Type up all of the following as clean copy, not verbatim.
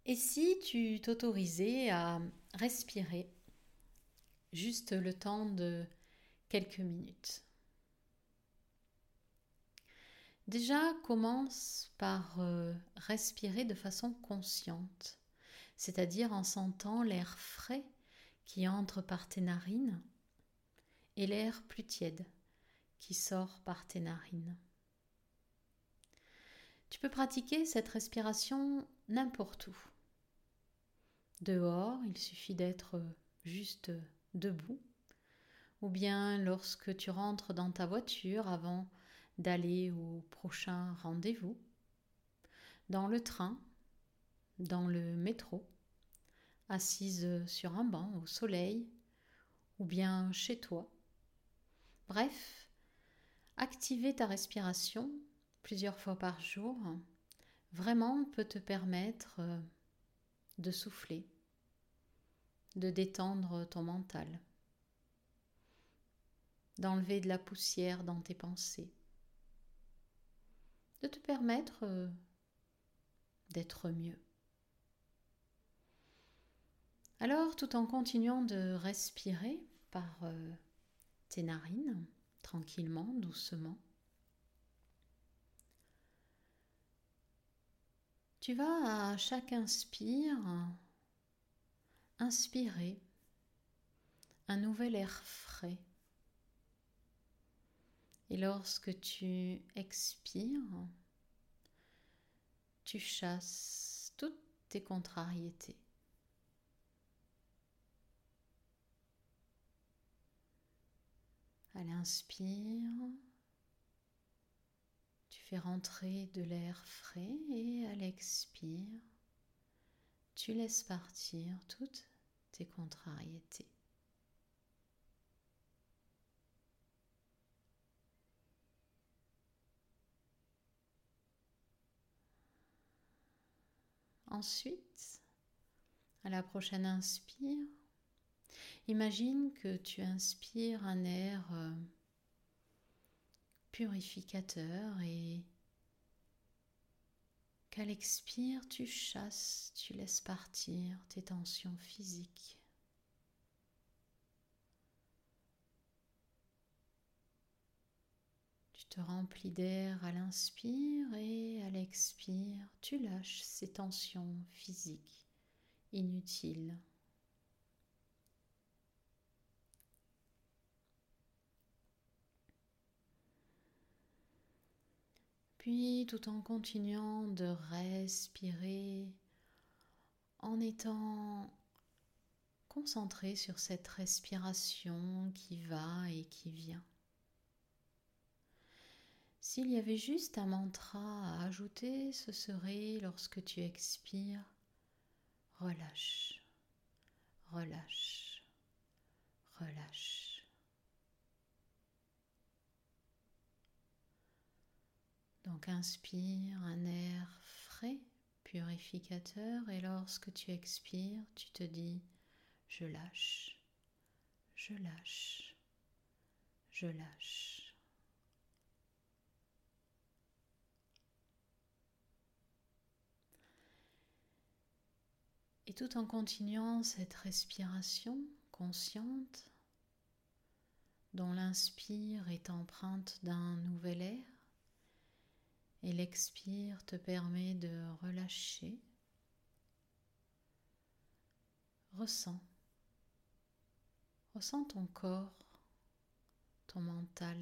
Et si tu t'autorisais à respirer juste le temps de quelques minutes? Déjà, commence par respirer de façon consciente, c'est-à-dire en sentant l'air frais qui entre par tes narines et l'air plus tiède qui sort par tes narines. Tu peux pratiquer cette respiration n'importe où. Dehors, il suffit d'être juste debout, ou bien lorsque tu rentres dans ta voiture avant d'aller au prochain rendez-vous, dans le train, dans le métro, assise sur un banc au soleil, ou bien chez toi. Bref, activer ta respiration plusieurs fois par jour vraiment peut te permettre de souffler, de détendre ton mental, d'enlever de la poussière dans tes pensées, de te permettre d'être mieux. Alors, tout en continuant de respirer par tes narines, tranquillement, doucement, tu vas à chaque inspire inspirer un nouvel air frais. Et lorsque tu expires, tu chasses toutes tes contrariétés. À l'inspire, tu fais rentrer de l'air frais et à l'expire, tu laisses partir toutes tes contrariétés. Ensuite, à la prochaine inspire, imagine que tu inspires un air purificateur et qu'à l'expire, tu chasses, tu laisses partir tes tensions physiques. Tu te remplis d'air à l'inspire et à l'expire, tu lâches ces tensions physiques inutiles. Puis, tout en continuant de respirer, en étant concentré sur cette respiration qui va et qui vient. S'il y avait juste un mantra à ajouter, ce serait lorsque tu expires, relâche, relâche, relâche. Donc inspire un air frais, purificateur, et lorsque tu expires, tu te dis je lâche, je lâche, je lâche. Et tout en continuant cette respiration consciente, dont l'inspire est empreinte d'un nouvel air, et l'expire te permet de relâcher, ressens ton corps, ton mental,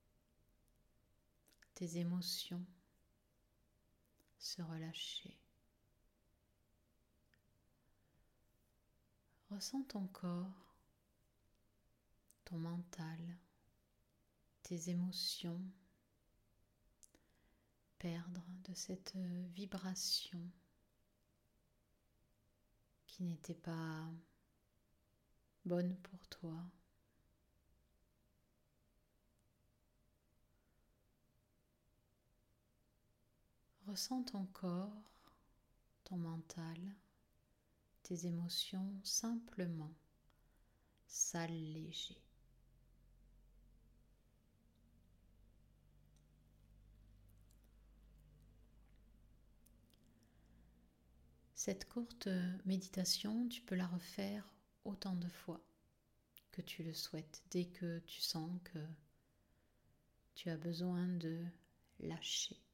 tes émotions se relâcher. Ressens ton corps, ton mental, tes émotions perdre de cette vibration qui n'était pas bonne pour toi. Ressens ton corps, ton mental, tes émotions simplement s'alléger. Cette courte méditation, tu peux la refaire autant de fois que tu le souhaites, dès que tu sens que tu as besoin de lâcher.